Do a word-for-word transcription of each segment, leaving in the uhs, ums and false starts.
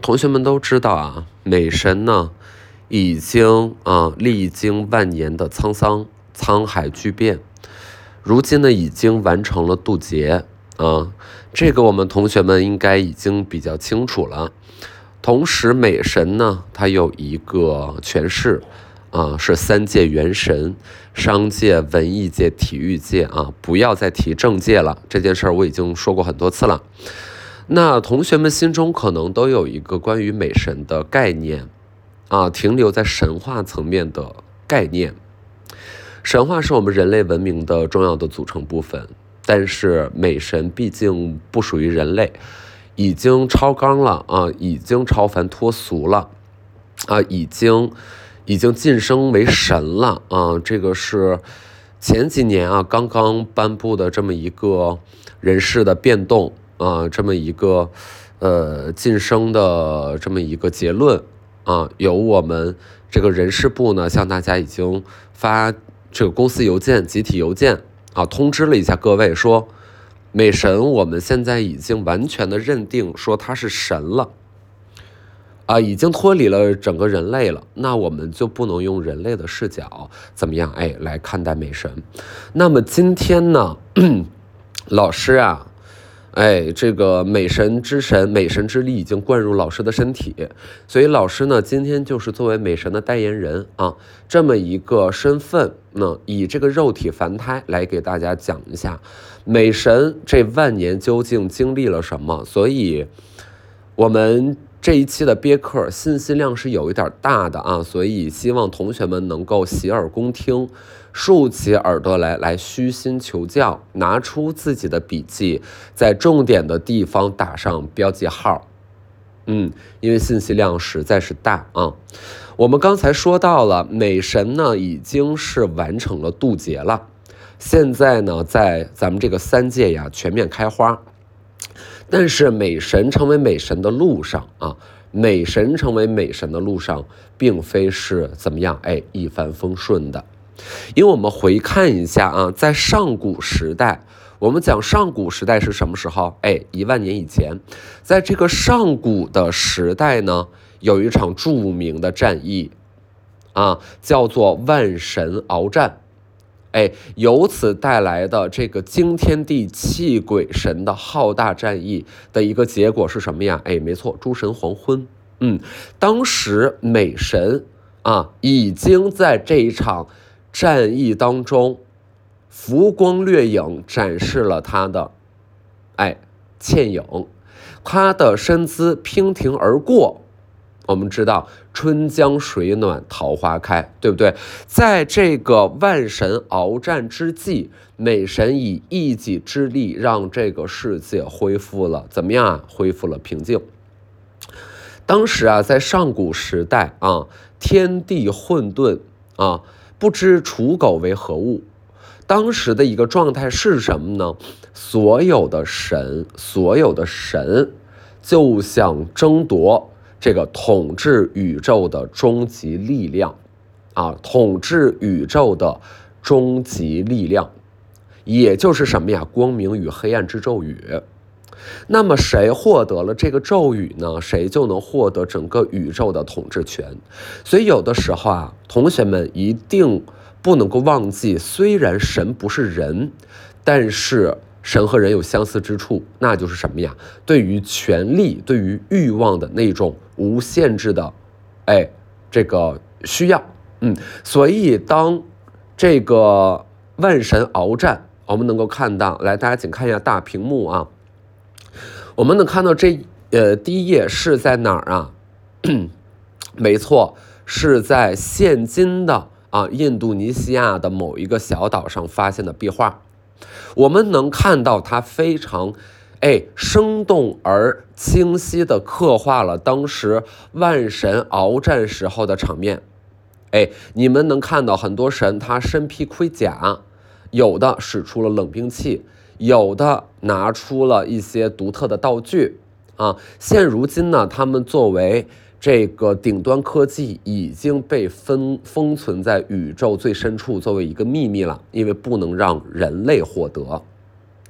同学们都知道啊，美神呢已经啊历经万年的沧桑，沧海巨变，如今呢已经完成了渡劫啊，这个我们同学们应该已经比较清楚了。同时，美神呢，它有一个诠释啊，是三界元神，商界、文艺界、体育界啊，不要再提政界了，这件事儿我已经说过很多次了。那同学们心中可能都有一个关于美神的概念啊，停留在神话层面的概念。神话是我们人类文明的重要的组成部分，但是美神毕竟不属于人类，已经超纲了啊，已经超凡脱俗了啊，已经已经晋升为神了啊，这个是前几年啊刚刚颁布的这么一个人事的变动啊，这么一个呃晋升的这么一个结论啊，由我们这个人事部呢向大家已经发这个公司邮件、集体邮件啊，通知了一下各位说，美神我们现在已经完全的认定说它是神了啊，已经脱离了整个人类了，那我们就不能用人类的视角怎么样哎来看待美神。那么今天呢老师啊哎，这个美神之神、美神之力已经灌入老师的身体，所以老师呢，今天就是作为美神的代言人啊，这么一个身份，那以这个肉体凡胎来给大家讲一下，美神这万年究竟经历了什么。所以，我们这一期的憋课信息量是有一点大的啊，所以希望同学们能够洗耳恭听。竖起耳朵来，来虚心求教，拿出自己的笔记，在重点的地方打上标记号。嗯，因为信息量实在是大啊。我们刚才说到了，美神呢已经是完成了渡劫了，现在呢在咱们这个三界呀全面开花。但是美神成为美神的路上啊，美神成为美神的路上，并非是怎么样哎一帆风顺的。因为我们回看一下啊，在上古时代，我们讲上古时代是什么时候？哎，一万年以前，在这个上古的时代呢，有一场著名的战役啊，叫做万神鏖战。哎，由此带来的这个惊天地泣鬼神的浩大战役的一个结果是什么呀？哎，没错，诸神黄昏。嗯，当时美神啊，已经在这一场战役当中浮光掠影展示了他的哎倩影，他的身姿娉婷而过。我们知道春江水暖桃花开，对不对？在这个万神鏖战之际，美神以一己之力让这个世界恢复了怎么样啊？恢复了平静。当时啊，在上古时代啊，天地混沌啊，不知刍狗为何物。当时的一个状态是什么呢？所有的神，所有的神就想争夺这个统治宇宙的终极力量啊，统治宇宙的终极力量，也就是什么呀？光明与黑暗之咒语。那么谁获得了这个咒语呢？谁就能获得整个宇宙的统治权。所以有的时候啊，同学们一定不能够忘记，虽然神不是人，但是神和人有相似之处，那就是什么呀？对于权力、对于欲望的那种无限制的，哎，这个需要。嗯，所以当这个万神鏖战，我们能够看到，来，大家请看一下大屏幕啊。我们能看到这呃第一页是在哪儿啊？没错，是在现今的啊印度尼西亚的某一个小岛上发现的壁画。我们能看到它非常哎生动而清晰地刻画了当时万神鏖战时候的场面。哎，你们能看到很多神他身披盔甲，有的使出了冷兵器，有的拿出了一些独特的道具啊。现如今呢，他们作为这个顶端科技已经被封封存在宇宙最深处，作为一个秘密了，因为不能让人类获得，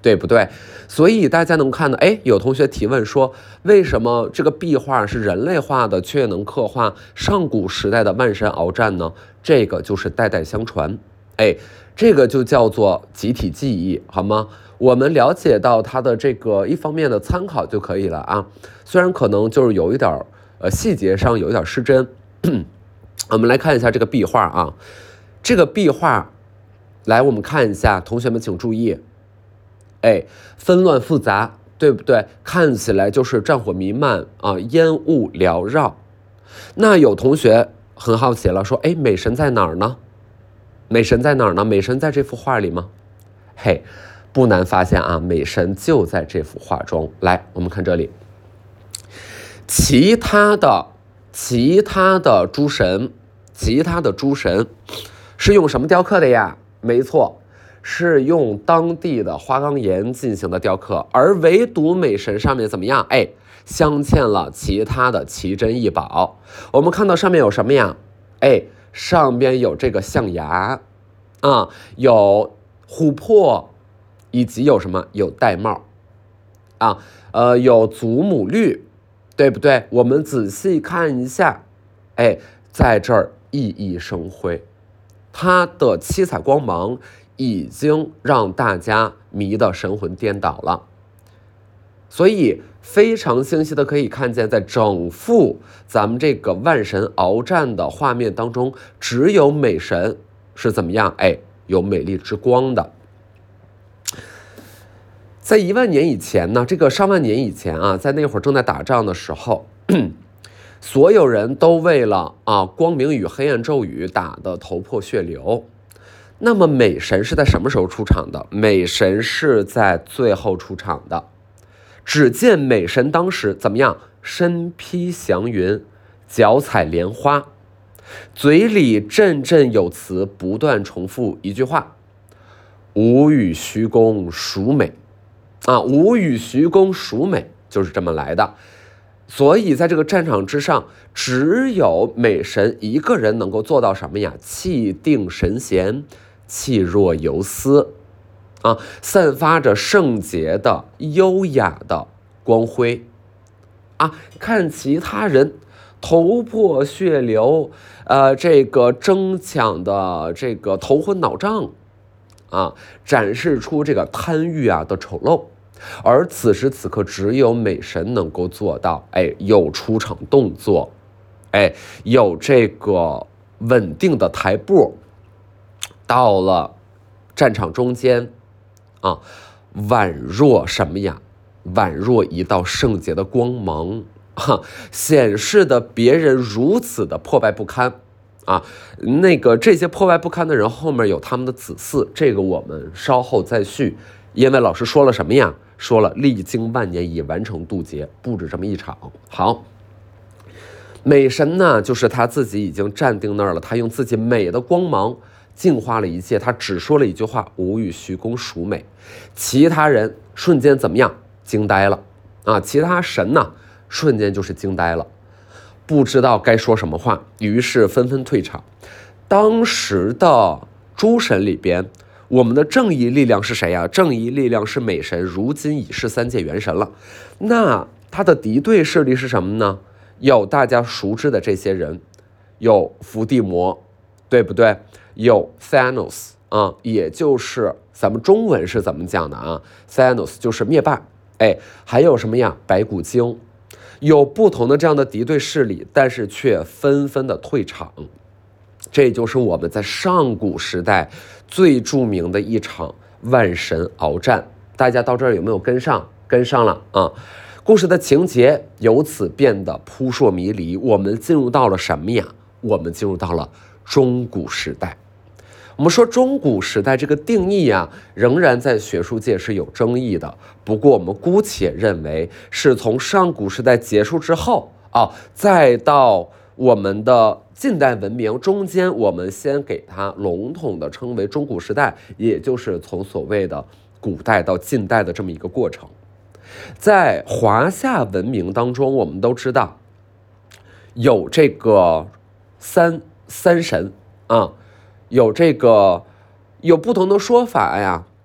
对不对？所以大家能看到，哎，有同学提问说，为什么这个壁画是人类画的，却能刻画上古时代的万神鏖战呢？这个就是代代相传，哎，这个就叫做集体记忆，好吗？我们了解到它的这个一方面的参考就可以了啊，虽然可能就是有一点呃细节上有一点失真。我们来看一下这个壁画啊，这个壁画，来我们看一下，同学们请注意。哎，纷乱复杂，对不对？看起来就是战火弥漫啊，烟雾缭绕。那有同学很好奇了，说：“哎，美神在哪儿呢？美神在哪儿呢？美神在这幅画里吗？”嘿，不难发现啊，美神就在这幅画中。来，我们看这里，其他的其他的诸神，其他的诸神是用什么雕刻的呀？没错。是用当地的花岗岩进行的雕刻，而唯独美神上面怎么样？哎，镶嵌了其他的奇珍异宝。我们看到上面有什么呀？哎，上边有这个象牙啊，有琥珀，以及有什么？有玳瑁啊，呃，有祖母绿，对不对？我们仔细看一下，哎，在这儿熠熠生辉，它的七彩光芒已经让大家迷得神魂颠倒了，所以非常清晰的可以看见，在整幅咱们这个万神鏖战的画面当中，只有美神是怎么样？哎，有美丽之光的。在一万年以前呢，这个上万年以前啊，在那会儿正在打仗的时候，所有人都为了啊光明与黑暗咒语打得头破血流。那么美神是在什么时候出场的？美神是在最后出场的。只见美神当时怎么样？身披祥云，脚踩莲花，嘴里振振有词，不断重复一句话：吾与徐公孰美啊！吾与徐公孰美，就是这么来的。所以在这个战场之上，只有美神一个人能够做到什么呀？气定神闲，气若游丝啊，散发着圣洁的优雅的光辉啊！看其他人头破血流，呃，这个争抢的这个头昏脑胀啊，展示出这个贪欲啊的丑陋。而此时此刻，只有美神能够做到，哎，有出场动作，哎，有这个稳定的台步，到了战场中间，啊，宛若什么呀？宛若一道圣洁的光芒，哈，显示的别人如此的破败不堪，啊，那个这些破败不堪的人后面有他们的子嗣，这个我们稍后再续，因为老师说了什么呀？说了历经万年已完成渡劫，不止这么一场。好，美神呢，就是他自己已经站定那儿了，他用自己美的光芒净化了一切，他只说了一句话：吾与徐公孰美。其他人瞬间怎么样？惊呆了啊！其他神呢，瞬间就是惊呆了，不知道该说什么话，于是纷纷退场。当时的诸神里边，我们的正义力量是谁呀？正义力量是美神，如今已是三界元神了。那他的敌对势力是什么呢？有大家熟知的这些人，有伏地魔，对不对？有 Thanos 啊，也就是咱们中文是怎么讲的啊 ？Thanos 就是灭霸，哎，还有什么呀？白骨精，有不同的这样的敌对势力，但是却纷纷的退场。这就是我们在上古时代最著名的一场万神鏖战。大家到这儿有没有跟上？跟上了啊！故事的情节由此变得扑朔迷离。我们进入到了什么呀？我们进入到了中古时代。我们说中古时代这个定义啊，仍然在学术界是有争议的。不过我们姑且认为是从上古时代结束之后啊，再到我们的近代文明中间，我们先给它笼统的称为中古时代，也就是从所谓的古代到近代的这么一个过程。在华夏文明当中，我们都知道有这个三三神啊，有这个有不同的说法呀。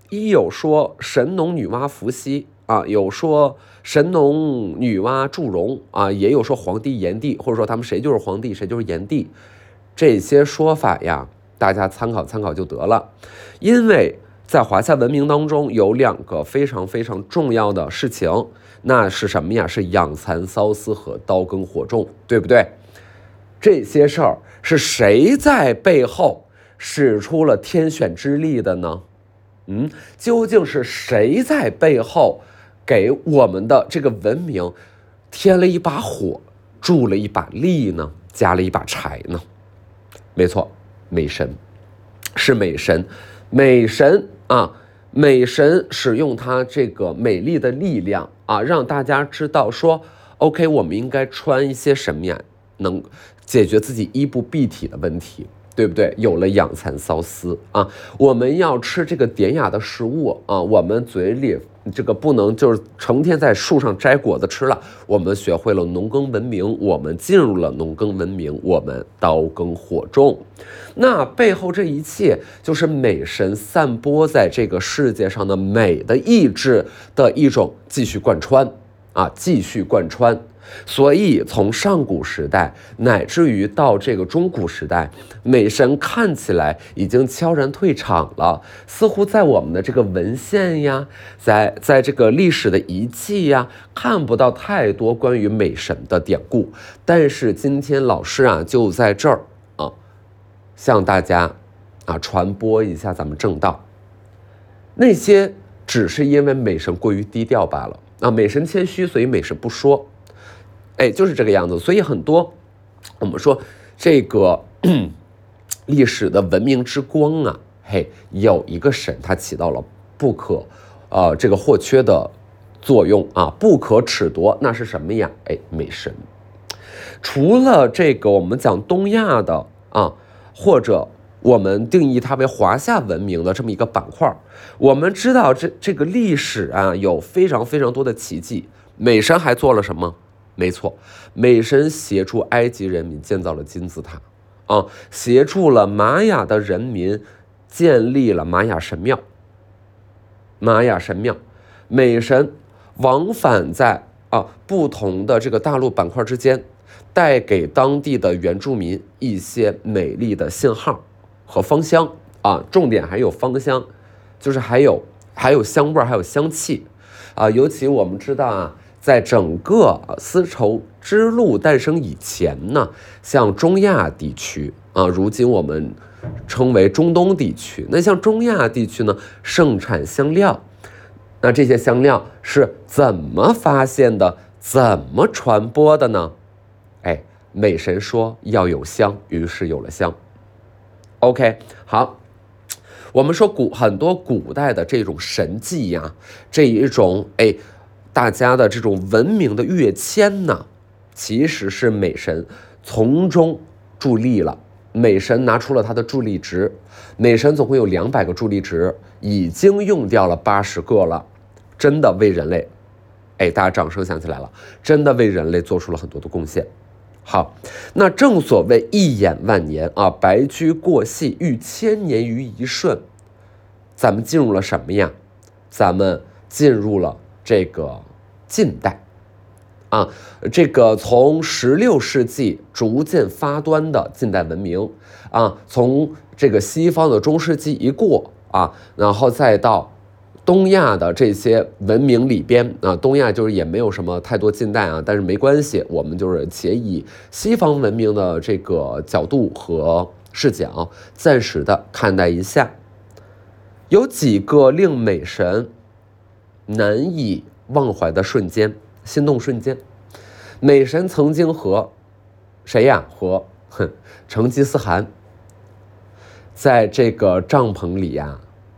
一有说神农女娲伏羲啊，有说神农女娲祝融啊，也有说黄帝炎帝，或者说他们谁就是黄帝，谁就是炎帝，这些说法呀，大家参考参考就得了。因为在华夏文明当中有两个非常非常重要的事情，那是什么呀？是养蚕缫丝和刀耕火种，对不对？这些事儿是谁在背后使出了天选之力的呢？嗯，究竟是谁在背后给我们的这个文明添了一把火，助了一把力呢？加了一把柴呢？没错，美神，是美神，美神啊，美神使用它这个美丽的力量啊，让大家知道说 ，OK， 我们应该穿一些什么呀，能解决自己衣不蔽体的问题。对不对？有了养蚕缫丝啊，我们要吃这个典雅的食物啊，我们嘴里这个不能就是成天在树上摘果子吃了。我们学会了农耕文明，我们进入了农耕文明，我们刀耕火种。那背后这一切就是美神散播在这个世界上的美的意志的一种继续贯穿啊，继续贯穿。所以从上古时代乃至于到这个中古时代，美神看起来已经悄然退场了，似乎在我们的这个文献呀，在在这个历史的遗迹呀，看不到太多关于美神的典故。但是今天老师啊，就在这儿啊，向大家啊传播一下咱们正道。那些只是因为美神过于低调罢了啊，美神谦虚，所以美神不说。哎，就是这个样子。所以很多我们说这个历史的文明之光啊，嘿，有一个神它起到了不可呃这个或缺的作用啊，不可褫夺。那是什么呀？哎，美神。除了这个我们讲东亚的啊，或者我们定义它为华夏文明的这么一个板块，我们知道这这个历史啊有非常非常多的奇迹。美神还做了什么？没错，美神协助埃及人民建造了金字塔啊，协助了玛雅的人民建立了玛雅神庙。玛雅神庙，美神往返在啊不同的这个大陆板块之间，带给当地的原住民一些美丽的信号和芳香啊，重点还有芳香，就是还有还有香味，还有香气啊。尤其我们知道啊，在整个丝绸之路诞生以前呢，像中亚地区啊，如今我们称为中东地区，那像中亚地区呢，盛产香料。那这些香料是怎么发现的？怎么传播的呢？哎，美神说要有香，于是有了香。OK， 好。我们说古很多古代的这种神迹呀，这一种哎。大家的这种文明的跃迁呢，其实是美神从中助力了。美神拿出了他的助力值，美神总共有两百个助力值，已经用掉了八十个了，真的为人类，哎，大家掌声响起来了，真的为人类做出了很多的贡献。好，那正所谓一眼万年啊，白驹过隙，遇千年于一瞬。咱们进入了什么呀？咱们进入了这个近代啊，这个从十六世纪逐渐发端的近代文明啊，从这个西方的中世纪一过啊，然后再到东亚的这些文明里边啊，东亚就是也没有什么太多近代啊，但是没关系，我们就是且以西方文明的这个角度和视角，暂时的看待一下，有几个令美神难以忘怀的瞬间，心动瞬间。美神曾经和谁呀？和哼成吉思汗在这个帐篷里呀，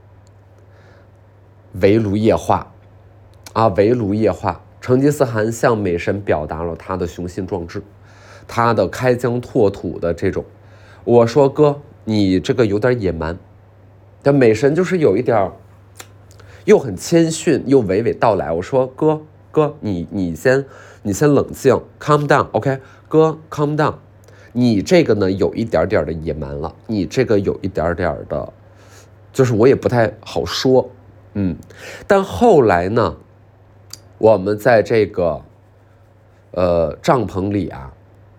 围炉夜话啊，围炉夜话。成吉思汗向美神表达了他的雄心壮志，他的开疆拓土的这种。我说哥，你这个有点野蛮。但美神就是有一点又很谦逊又娓娓道来。我说哥哥，你你先你先冷静 ，calm down，OK， 哥 calm down， 你这个呢有一点点的野蛮了，你这个有一点点的，就是我也不太好说嗯，但后来呢，我们在这个呃帐篷里啊，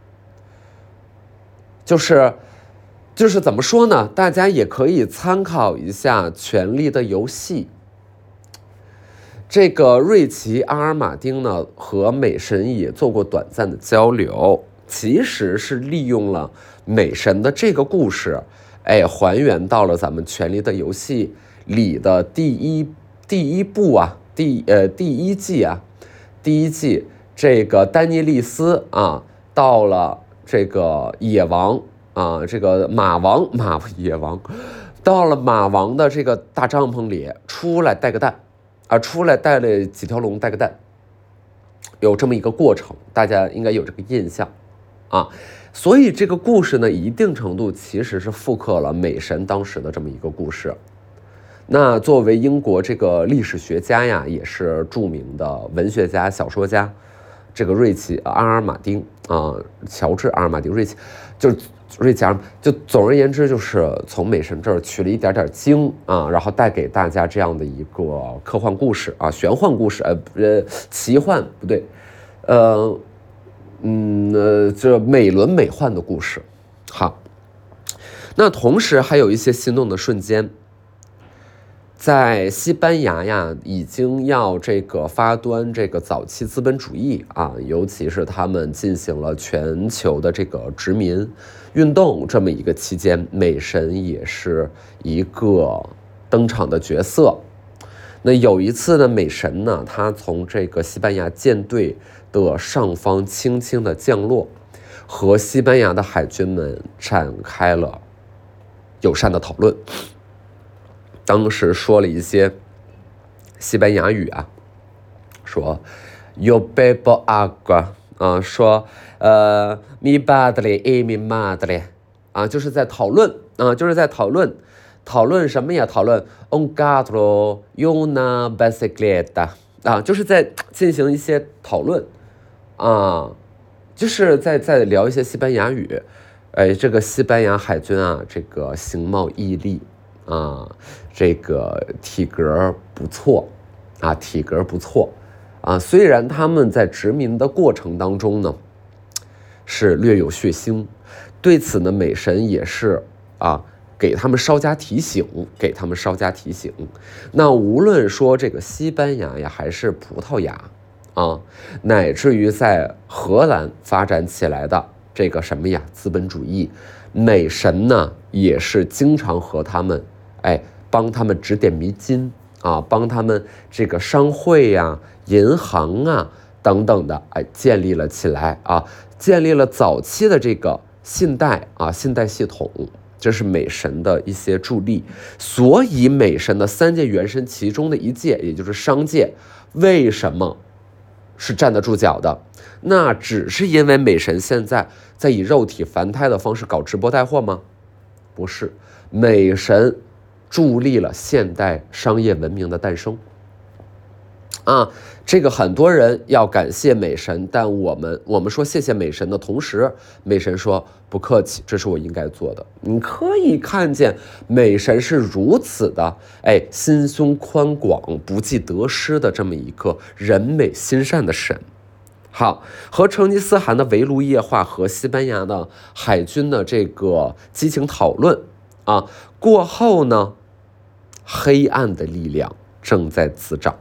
就是就是怎么说呢？大家也可以参考一下《权力的游戏》。这个瑞奇·阿尔马丁呢和美神也做过短暂的交流，其实是利用了美神的这个故事，哎，还原到了咱们《权力的游戏》里的第一第一部啊，第呃第一季啊，第一季这个丹尼利斯啊，到了这个野王啊，这个马王马野王，到了马王的这个大帐篷里，出来带个蛋。啊，出来带了几条龙，带个蛋，有这么一个过程，大家应该有这个印象啊。所以这个故事呢，一定程度其实是复刻了美神当时的这么一个故事。那作为英国这个历史学家呀，也是著名的文学家、小说家，这个瑞奇·阿尔马丁啊，乔治·阿尔马丁，瑞奇就是瑞奇尔，就总而言之，就是从美神这儿取了一点点经啊，然后带给大家这样的一个科幻故事啊，玄幻故事，呃呃，奇幻不对，呃，嗯呃，这美轮美奂的故事。好，那同时还有一些心动的瞬间。在西班牙呀，已经要这个发端这个早期资本主义啊，尤其是他们进行了全球的这个殖民运动这么一个期间，美神也是一个登场的角色。那有一次呢，美神呢，他从这个西班牙舰队的上方轻轻的降落，和西班牙的海军们展开了友善的讨论。当时说了一些西班牙语啊，说 Yo bebo agua 啊，说呃 mi padre y mi madre 啊，就是在讨论啊，就是在讨论讨论什么呀？讨论 un gato y una bicicleta 啊，就是在进行一些讨论啊，就是在在聊一些西班牙语。哎，这个西班牙海军啊，这个形貌屹立。啊，这个体格不错啊，体格不错啊。虽然他们在殖民的过程当中呢，是略有血腥，对此呢，美神也是啊，给他们稍加提醒，给他们稍加提醒。那无论说这个西班牙呀，还是葡萄牙啊，乃至于在荷兰发展起来的这个什么呀，资本主义，美神呢也是经常和他们。哎，帮他们指点迷津啊，帮他们这个商会呀、啊、银行啊等等的，哎，建立了起来啊，建立了早期的这个信贷啊，信贷系统，这是美神的一些助力。所以美神的三界元神其中的一界，也就是商界，为什么是站得住脚的？那只是因为美神现在在以肉体凡胎的方式搞直播带货吗？不是，美神助力了现代商业文明的诞生啊！这个很多人要感谢美神，但我们我们说谢谢美神的同时，美神说不客气，这是我应该做的。你可以看见美神是如此的，哎，心胸宽广、不计得失的这么一个人美心善的神。好，和成吉思汗的围炉夜话和西班牙的海军的这个激情讨论啊，过后呢？黑暗的力量正在滋长，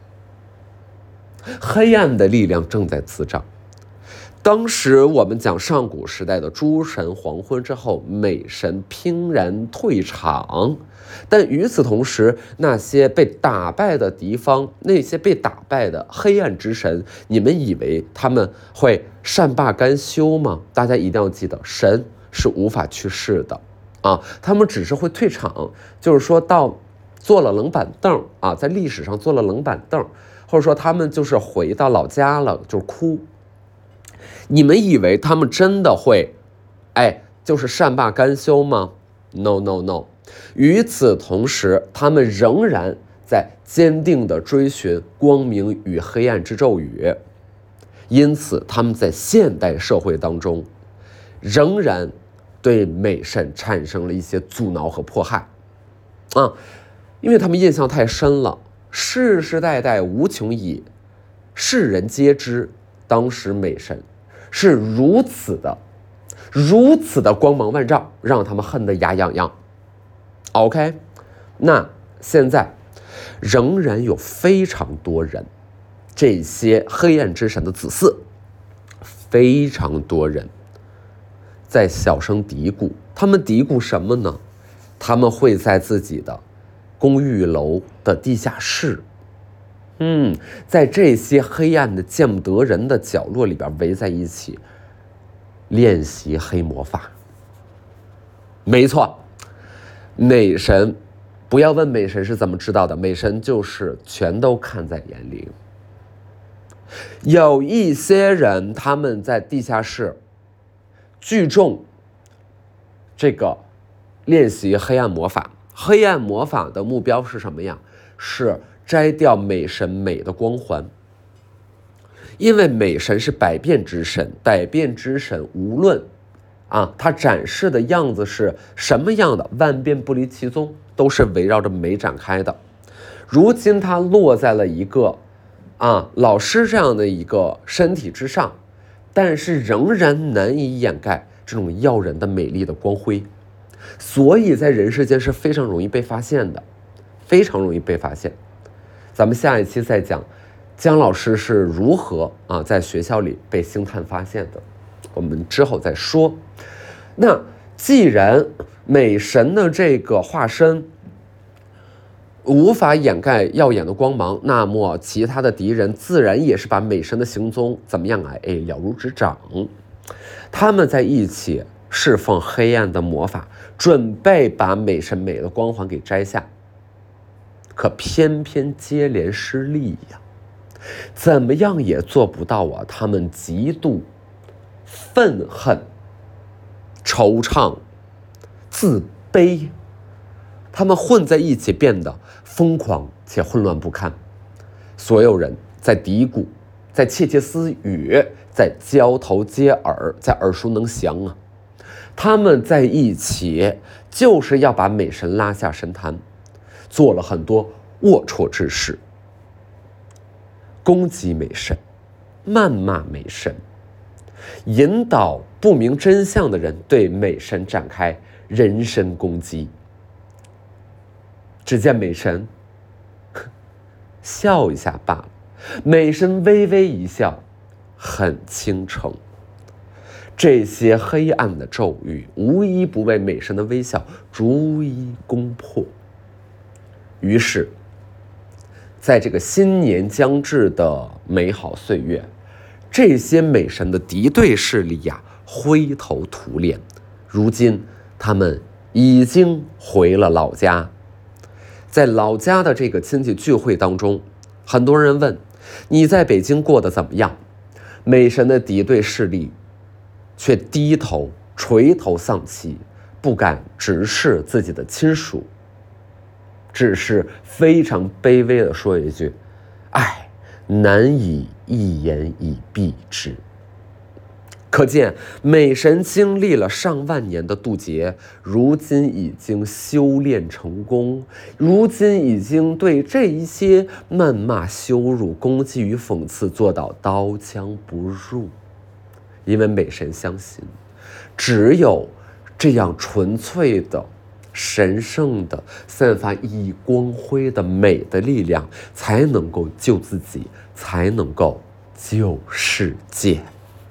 黑暗的力量正在滋长。当时我们讲上古时代的诸神黄昏之后，美神翩然退场，但与此同时，那些被打败的敌方，那些被打败的黑暗之神，你们以为他们会善罢甘休吗？大家一定要记得，神是无法去世的啊，他们只是会退场，就是说到坐了冷板凳啊，在历史上坐了冷板凳，或者说他们就是回到老家了，就是哭。你们以为他们真的会，哎，就是善罢甘休吗 ？No No No。与此同时，他们仍然在坚定地追寻光明与黑暗之咒语，因此他们在现代社会当中，仍然对美神产生了一些阻挠和迫害，啊。 因为他们印象太深了，世世代代无穷已，世人皆知，当时美神是如此的如此的光芒万丈，让他们恨得牙痒痒。 OK， 那现在仍然有非常多人，这些黑暗之神的子嗣，非常多人在小声嘀咕。他们嘀咕什么呢？他们会在自己的公寓楼的地下室，嗯，在这些黑暗的见不得人的角落里边围在一起练习黑魔法。没错，美神，不要问美神是怎么知道的，美神就是全都看在眼里。有一些人他们在地下室聚众这个练习黑暗魔法。黑暗魔法的目标是什么呀？是摘掉美神美的光环。因为美神是百变之神，百变之神无论啊，它展示的样子是什么样的，万变不离其宗，都是围绕着美展开的。如今它落在了一个啊老师这样的一个身体之上，但是仍然难以掩盖这种耀人的美丽的光辉，所以在人世间是非常容易被发现的，非常容易被发现。咱们下一期再讲姜老师是如何啊在学校里被星探发现的，我们之后再说。那既然美神的这个化身无法掩盖耀眼的光芒，那么其他的敌人自然也是把美神的行踪怎么样啊？哎，了如指掌。他们在一起侍奉黑暗的魔法，准备把美神美的光环给摘下，可偏偏接连失利呀，怎么样也做不到啊！他们极度愤恨、惆怅、自卑，他们混在一起，变得疯狂且混乱不堪。所有人在嘀咕，在窃窃私语，在交头接耳，在耳熟能详啊！他们在一起就是要把美神拉下神坛，做了很多龌龊之事，攻击美神，谩骂美神，引导不明真相的人对美神展开人身攻击。只见美神笑一下罢了，美神微微一笑，很倾城。这些黑暗的咒语无一不为美神的微笑逐一攻破。于是在这个新年将至的美好岁月，这些美神的敌对势力呀、啊、灰头土脸。如今他们已经回了老家，在老家的这个亲戚聚会当中，很多人问你在北京过得怎么样？美神的敌对势力却低头垂头丧气，不敢直视自己的亲属，只是非常卑微地说一句：唉，难以一言以蔽之。可见美神经历了上万年的渡劫，如今已经修炼成功，如今已经对这一些谩骂、羞辱、攻击与讽刺做到刀枪不入。因为美神相信，只有这样纯粹的、神圣的、散发熠熠光辉的美的力量，才能够救自己，才能够救世界。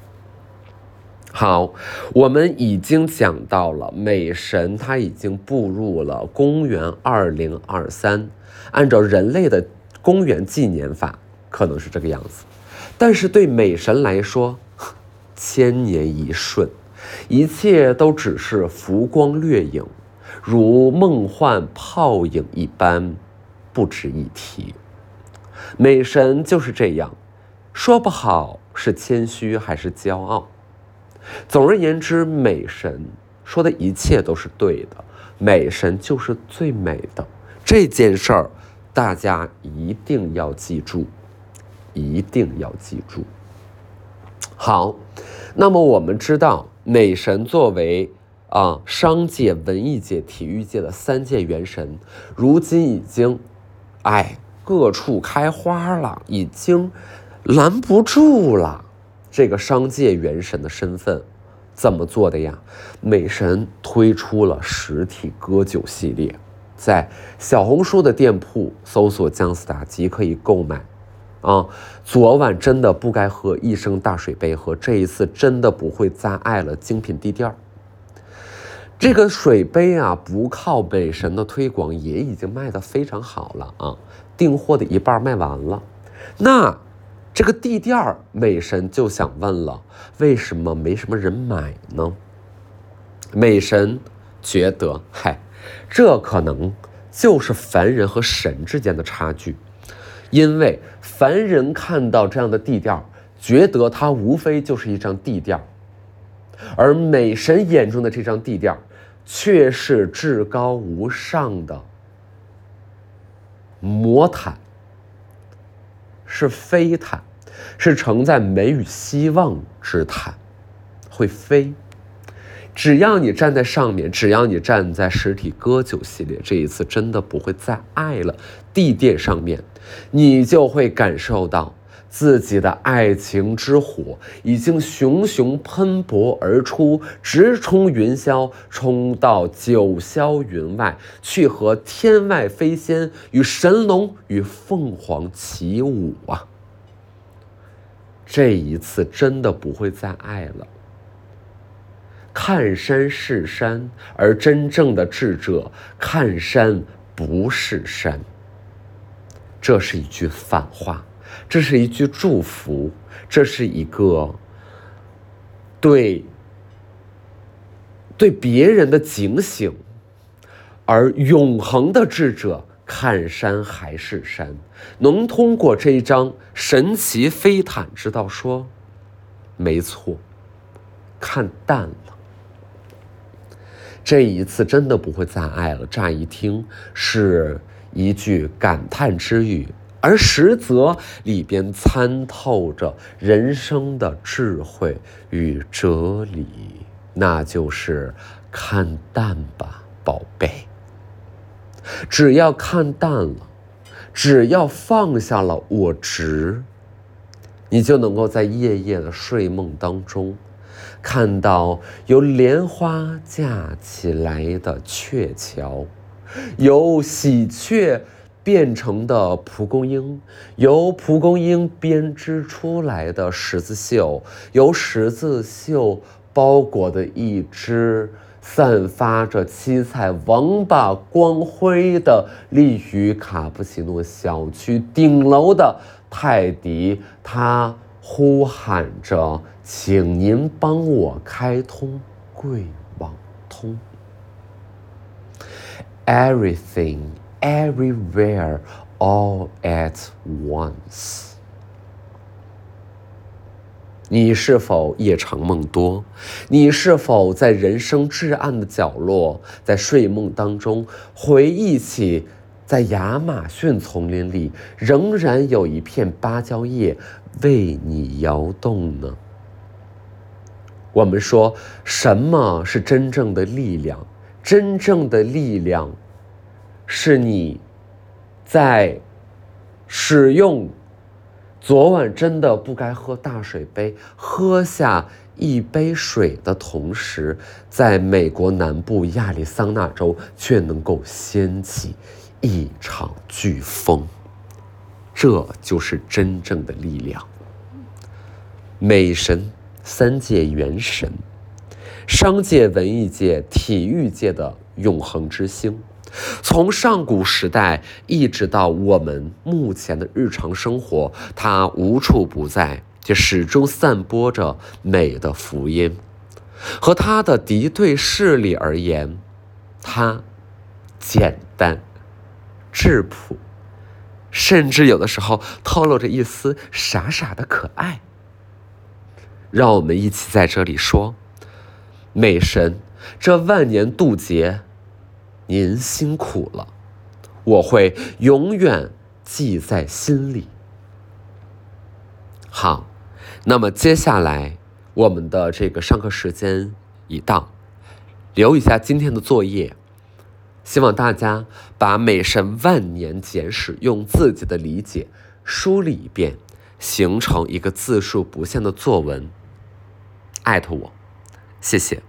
好，我们已经讲到了美神，它已经步入了公元二零二三，按照人类的公元纪年法，可能是这个样子。但是对美神来说，千年一瞬，一切都只是浮光掠影，如梦幻泡影一般，不值一提。美神就是这样，说不好是谦虚还是骄傲。总而言之，美神说的一切都是对的，美神就是最美的。这件事儿大家一定要记住，一定要记住。好，那么我们知道美神作为啊，商界、文艺界、体育界的三界元神，如今已经，哎，各处开花了，已经拦不住了。这个商界元神的身份怎么做的呀？美神推出了实体歌酒系列，在小红书的店铺搜索姜思达即可以购买。啊，昨晚真的不该喝一升大水杯和这一次真的不会再爱了精品地垫。这个水杯啊，不靠美神的推广也已经卖得非常好了啊，订货的一半卖完了。那这个地垫美神就想问了，为什么没什么人买呢？美神觉得，嗨，这可能就是凡人和神之间的差距。因为凡人看到这样的地垫，觉得它无非就是一张地垫，而美神眼中的这张地垫，却是至高无上的魔毯，是飞毯，是承载美与希望之毯，会飞。只要你站在上面，只要你站在实体歌酒系列，这一次真的不会再爱了地垫上面，你就会感受到自己的爱情之火已经熊熊喷薄而出，直冲云霄，冲到九霄云外，去和天外飞仙与神龙与凤凰起舞啊！这一次真的不会再爱了。看山是山，而真正的智者看山不是山。这是一句反话，这是一句祝福，这是一个对对别人的警醒。而永恒的智者看山还是山，能通过这一张神奇飞毯知道说，没错，看淡了。这一次真的不会再爱了，乍一听是一句感叹之语，而实则里边参透着人生的智慧与哲理，那就是看淡吧，宝贝。只要看淡了，只要放下了我执，你就能够在夜夜的睡梦当中看到由莲花架起来的鹊桥，由喜鹊变成的蒲公英，由蒲公英编织出来的十字绣，由十字绣包裹的一只散发着七彩王八光辉的立于卡布奇诺小区顶楼的泰迪，他呼喊着，请您帮我开通贵网通。 Everything, everywhere, all at once。 你是否夜长梦多？你是否在人生至暗的角落，在睡梦当中回忆起在亚马逊丛林里仍然有一片芭蕉叶为你摇动呢？我们说，什么是真正的力量？真正的力量是你在使用昨晚真的不该喝大水杯喝下一杯水的同时，在美国南部亚利桑那州却能够掀起一场飓风。这就是真正的力量。美神三界元神，商界、文艺界、体育界的永恒之星，从上古时代一直到我们目前的日常生活，它无处不在，却始终散播着美的福音。和它的敌对势力而言，它简单质朴，甚至有的时候透露着一丝傻傻的可爱。让我们一起在这里说，美神，这万年渡劫您辛苦了，我会永远记在心里。好，那么接下来我们的这个上课时间已到， 留一下今天的作业。希望大家把《美神万年简史》用自己的理解梳理一遍，形成一个字数不限的作文，艾特我，谢谢。